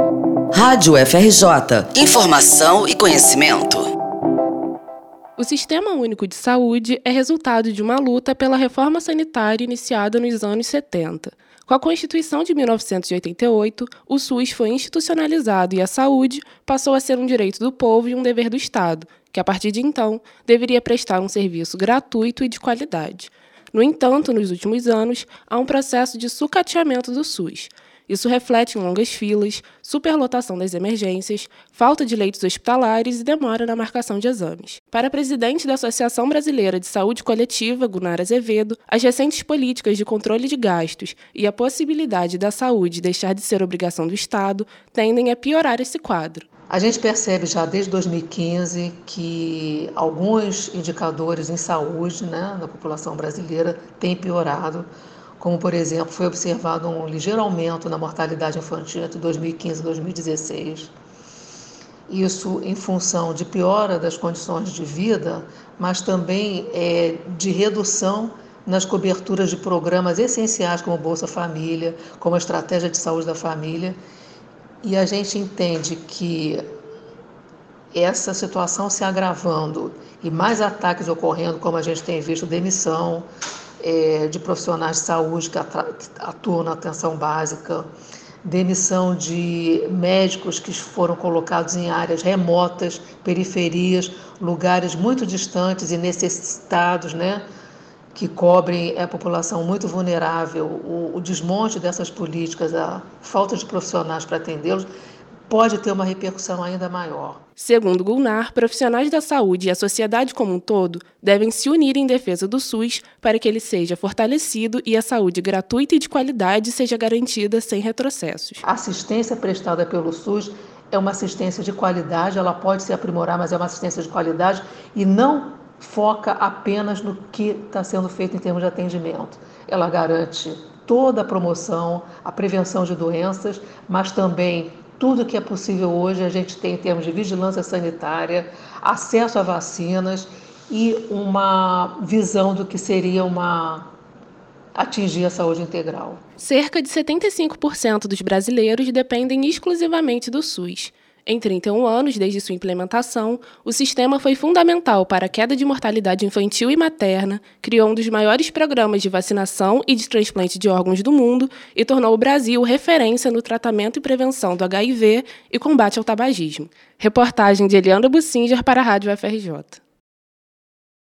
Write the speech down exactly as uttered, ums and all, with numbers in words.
Rádio F R J. Informação e conhecimento. O Sistema Único de Saúde é resultado de uma luta pela reforma sanitária iniciada nos anos setenta. Com a Constituição de mil novecentos e oitenta e oito, o SUS foi institucionalizado e a saúde passou a ser um direito do povo e um dever do Estado, que, a partir de então, deveria prestar um serviço gratuito e de qualidade. No entanto, nos últimos anos, há um processo de sucateamento do SUS. Isso reflete em longas filas, superlotação das emergências, falta de leitos hospitalares e demora na marcação de exames. Para a presidente da Associação Brasileira de Saúde Coletiva, Gunnar Azevedo, as recentes políticas de controle de gastos e a possibilidade da saúde deixar de ser obrigação do Estado tendem a piorar esse quadro. A gente percebe já desde dois mil e quinze que alguns indicadores em saúde, né, da população brasileira têm piorado, como, por exemplo, foi observado um ligeiro aumento na mortalidade infantil entre dois mil e quinze e dois mil e dezesseis. Isso em função de piora das condições de vida, mas também é, de redução nas coberturas de programas essenciais como Bolsa Família, como a Estratégia de Saúde da Família. E a gente entende que essa situação se agravando e mais ataques ocorrendo, como a gente tem visto, demissão é, de profissionais de saúde que atuam na atenção básica, demissão de médicos que foram colocados em áreas remotas, periferias, lugares muito distantes e necessitados, né, que cobrem a população muito vulnerável. O, o desmonte dessas políticas, a falta de profissionais para atendê-los, pode ter uma repercussão ainda maior. Segundo Gunnar, profissionais da saúde e a sociedade como um todo devem se unir em defesa do SUS para que ele seja fortalecido e a saúde gratuita e de qualidade seja garantida sem retrocessos. A assistência prestada pelo SUS é uma assistência de qualidade, ela pode se aprimorar, mas é uma assistência de qualidade e não foca apenas no que está sendo feito em termos de atendimento. Ela garante toda a promoção, a prevenção de doenças, mas também tudo que é possível hoje a gente tem em termos de vigilância sanitária, acesso a vacinas e uma visão do que seria uma atingir a saúde integral. Cerca de setenta e cinco por cento dos brasileiros dependem exclusivamente do SUS. Em trinta e um anos, desde sua implementação, o sistema foi fundamental para a queda de mortalidade infantil e materna, criou um dos maiores programas de vacinação e de transplante de órgãos do mundo e tornou o Brasil referência no tratamento e prevenção do H I V e combate ao tabagismo. Reportagem de Eliana Bussinger para a Rádio F R J.